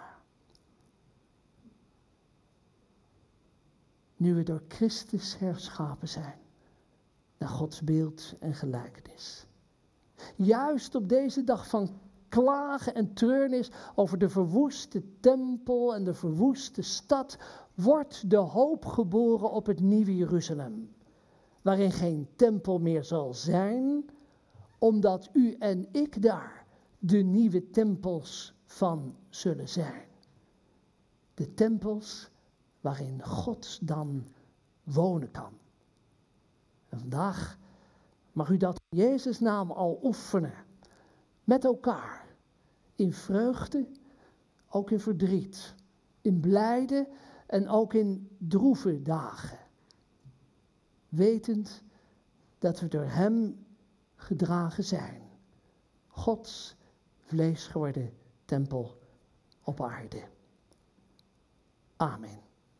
Nu we door Christus herschapen zijn. Naar Gods beeld en gelijkenis. Juist op deze dag van klagen en treurnis over de verwoeste tempel en de verwoeste stad, wordt de hoop geboren op het nieuwe Jeruzalem, waarin geen tempel meer zal zijn, omdat u en ik daar de nieuwe tempels van zullen zijn. De tempels waarin God dan wonen kan. En vandaag mag u dat in Jezus' naam al oefenen, met elkaar, in vreugde, ook in verdriet, in blijde en ook in droeve dagen. Wetend dat we door Hem gedragen zijn. Gods vlees geworden tempel op aarde. Amen.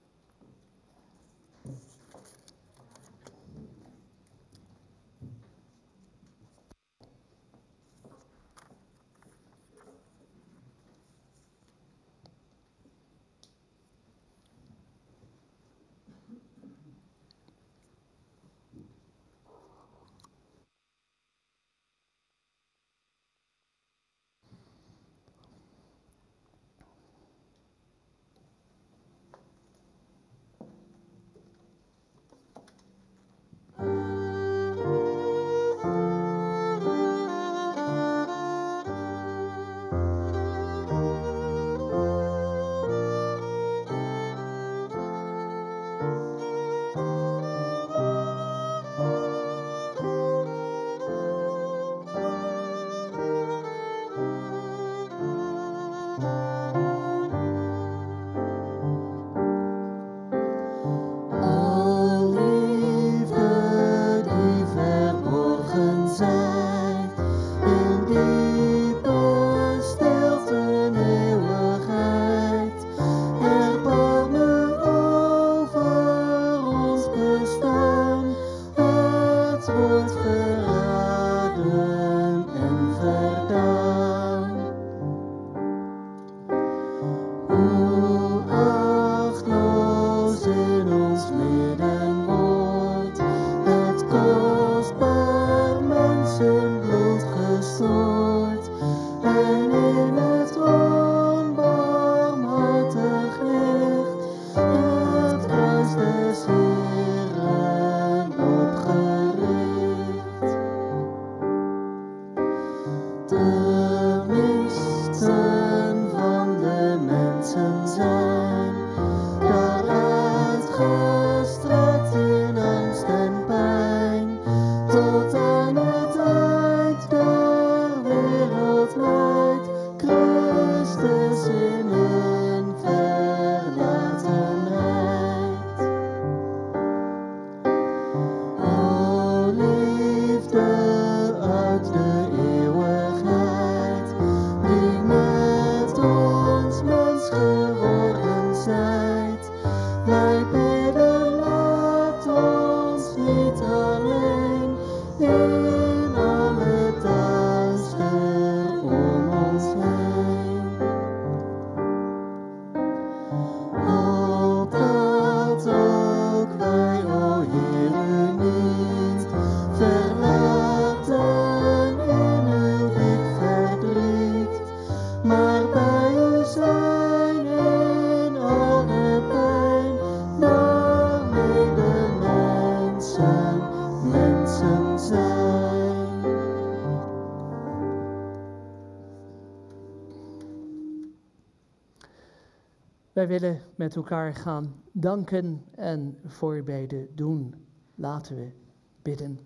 Wij willen met elkaar gaan danken en voorbeden doen. Laten we bidden.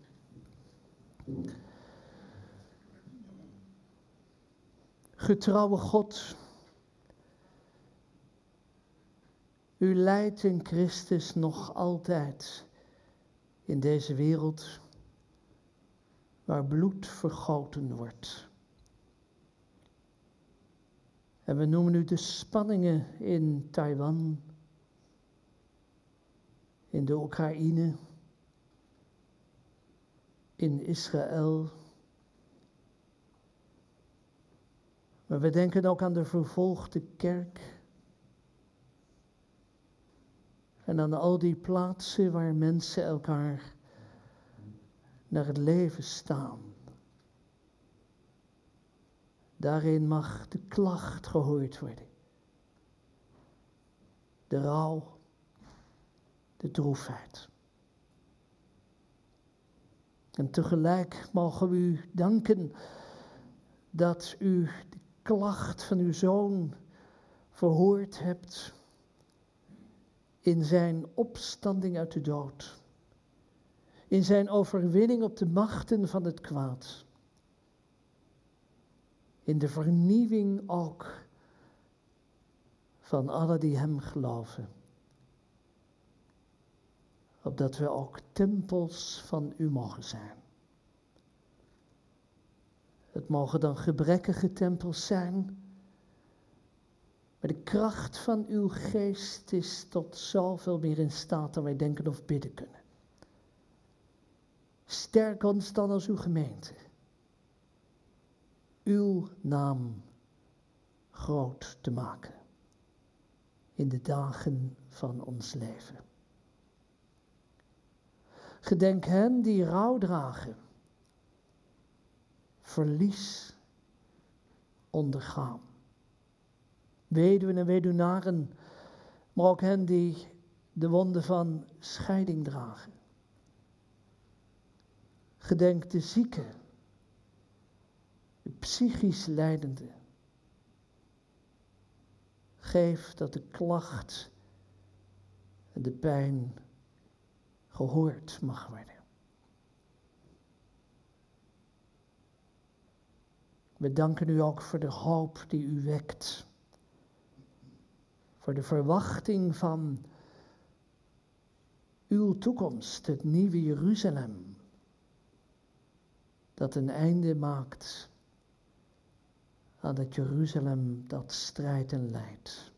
Getrouwe God, u leidt in Christus nog altijd in deze wereld waar bloed vergoten wordt. En we noemen u de spanningen in Taiwan, in de Oekraïne, in Israël. Maar we denken ook aan de vervolgde kerk. En aan al die plaatsen waar mensen elkaar naar het leven staan. Daarin mag de klacht gehoord worden. De rouw, de droefheid. En tegelijk mogen we u danken dat u de klacht van uw zoon verhoord hebt in zijn opstanding uit de dood. In zijn overwinning op de machten van het kwaad. In de vernieuwing ook van alle die hem geloven. Opdat we ook tempels van u mogen zijn. Het mogen dan gebrekkige tempels zijn. Maar de kracht van uw geest is tot zoveel meer in staat dan wij denken of bidden kunnen. Sterk ons dan als uw gemeente. Uw naam groot te maken. In de dagen van ons leven. Gedenk hen die rouw dragen. Verlies ondergaan. Weduwen en weduwnaren, maar ook hen die de wonden van scheiding dragen. Gedenk de zieken, de psychisch lijdenden. Geef dat de klacht en de pijn gehoord mag worden. We danken u ook voor de hoop die u wekt. Voor de verwachting van uw toekomst, het nieuwe Jeruzalem. Dat een einde maakt aan het Jeruzalem dat strijdt en lijdt.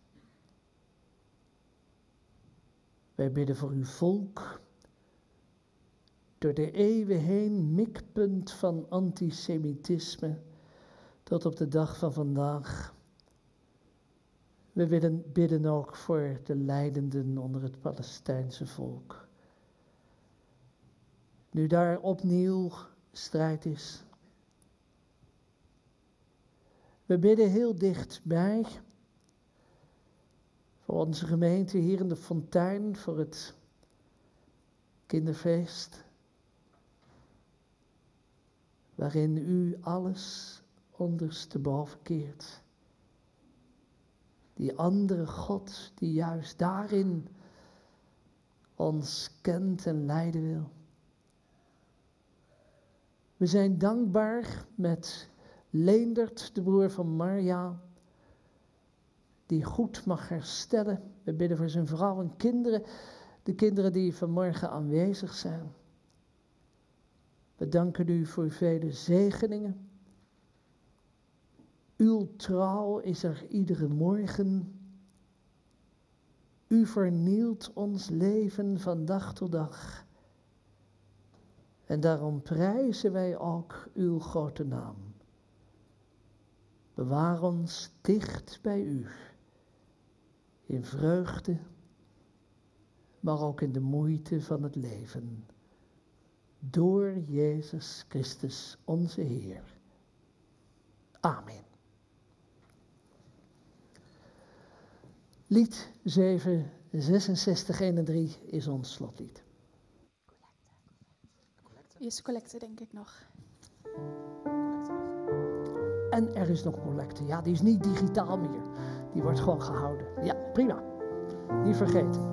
Wij bidden voor uw volk, door de eeuwen heen mikpunt van antisemitisme, tot op de dag van vandaag. We bidden ook voor de lijdenden onder het Palestijnse volk. Nu daar opnieuw strijd is. We bidden heel dichtbij voor onze gemeente hier in de Fontein, voor het kinderfeest. Waarin u alles ondersteboven keert. Die andere God die juist daarin ons kent en leiden wil. We zijn dankbaar met Leendert, de broer van Marja, die goed mag herstellen. We bidden voor zijn vrouw en kinderen, de kinderen die vanmorgen aanwezig zijn. We danken u voor vele zegeningen. Uw trouw is er iedere morgen. U vernielt ons leven van dag tot dag. En daarom prijzen wij ook uw grote naam. Bewaar ons dicht bij u. In vreugde, maar ook in de moeite van het leven. Door Jezus Christus onze Heer. Amen. Lied 7, 66, 1 en 3 is ons slotlied. Eerst collecte, denk ik nog. En er is nog collecte. Ja, die is niet digitaal meer. Die wordt gewoon gehouden. Ja, prima. Niet vergeten.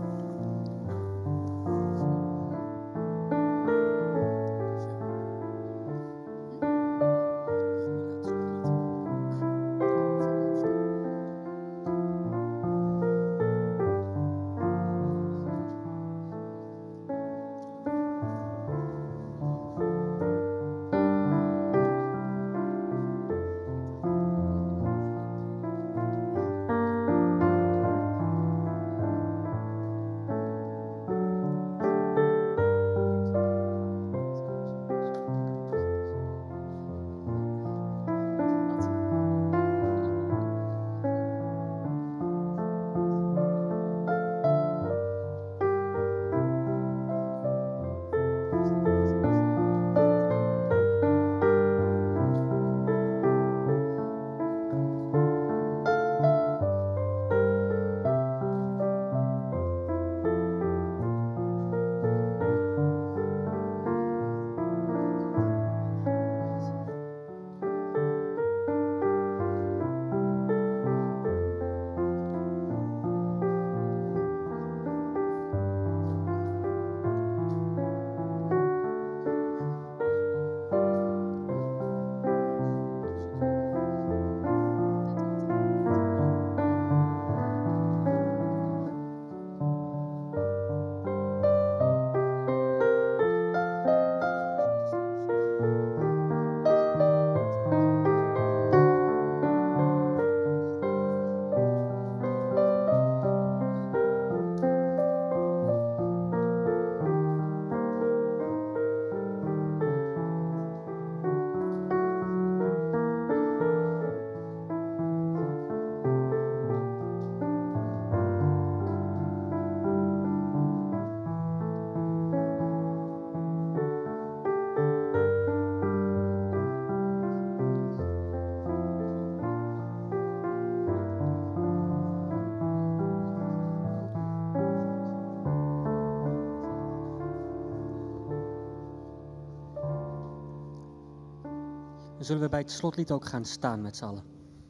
zullen we bij het slotlied ook gaan staan met z'n allen.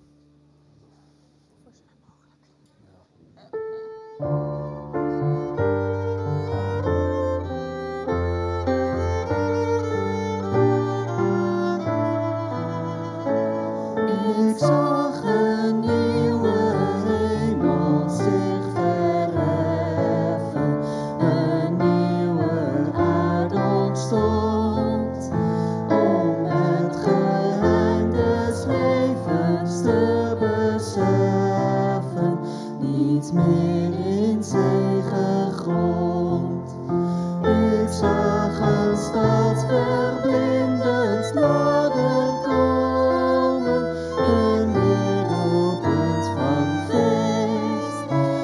Ik zag een nieuwe hemel zich verheffen, een nieuwe aarde ontstond, om het geheim des levens te beseffen, niet meer in zee gegrond. Ik zag een stad verblindend nader komen, een middelpunt van feest.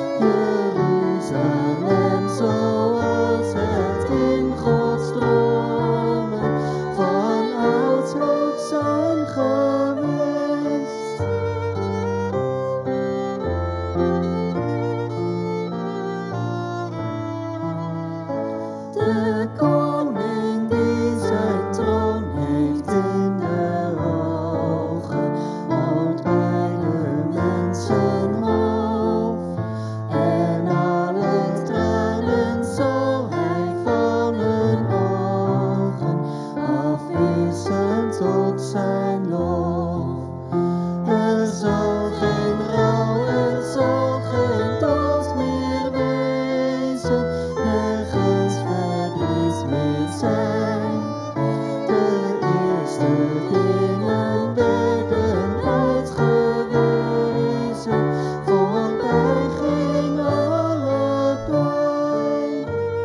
Jeruzalem zoals het in Gods dromen van ouds ook zijn geweest. De koning die zijn troon heeft in de ogen, houdt bij de mensen hof. En alle tranen zal hij van hun ogen afwissen tot zijn lof. Er zal geen rouw, er zal geen dood meer wezen, nergens verdriet meer zijn. De eerste dingen werden uitgewezen, voorbij ging alle pijn.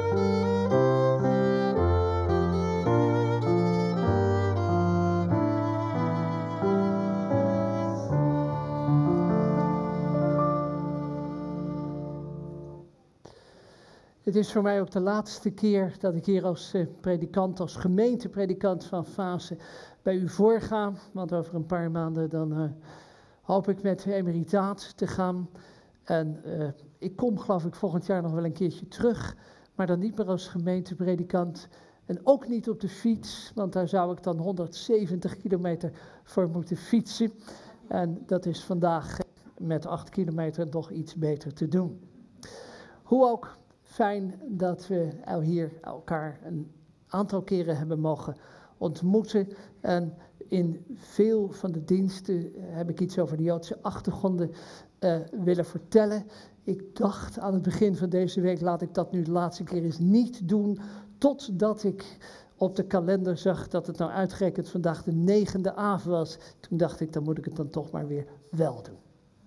Het is voor mij ook de laatste keer dat ik hier als predikant, als gemeentepredikant van Fase bij u voorga. Want over een paar maanden dan hoop ik met emeritaat te gaan. En ik kom geloof ik volgend jaar nog wel een keertje terug. Maar dan niet meer als gemeentepredikant. En ook niet op de fiets, want daar zou ik dan 170 kilometer voor moeten fietsen. En dat is vandaag met 8 kilometer nog iets beter te doen. Hoe ook, fijn dat we hier elkaar een aantal keren hebben mogen ontmoeten. En in veel van de diensten heb ik iets over de Joodse achtergronden willen vertellen. Ik dacht aan het begin van deze week, laat ik dat nu de laatste keer eens niet doen, totdat ik op de kalender zag dat het nou uitgerekend vandaag de 9e avond was. Toen dacht ik, dan moet ik het dan toch maar weer wel doen.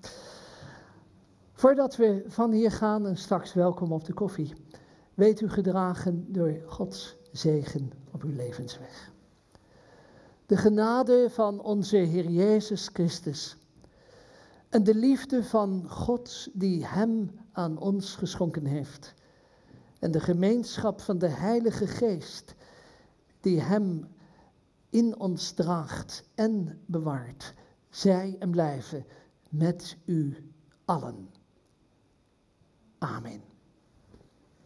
Voordat we van hier gaan en straks welkom op de koffie, weet u gedragen door Gods zegen op uw levensweg. De genade van onze Heer Jezus Christus en de liefde van God die Hem aan ons geschonken heeft en de gemeenschap van de Heilige Geest die Hem in ons draagt en bewaart, zij en blijven met u allen. Amen.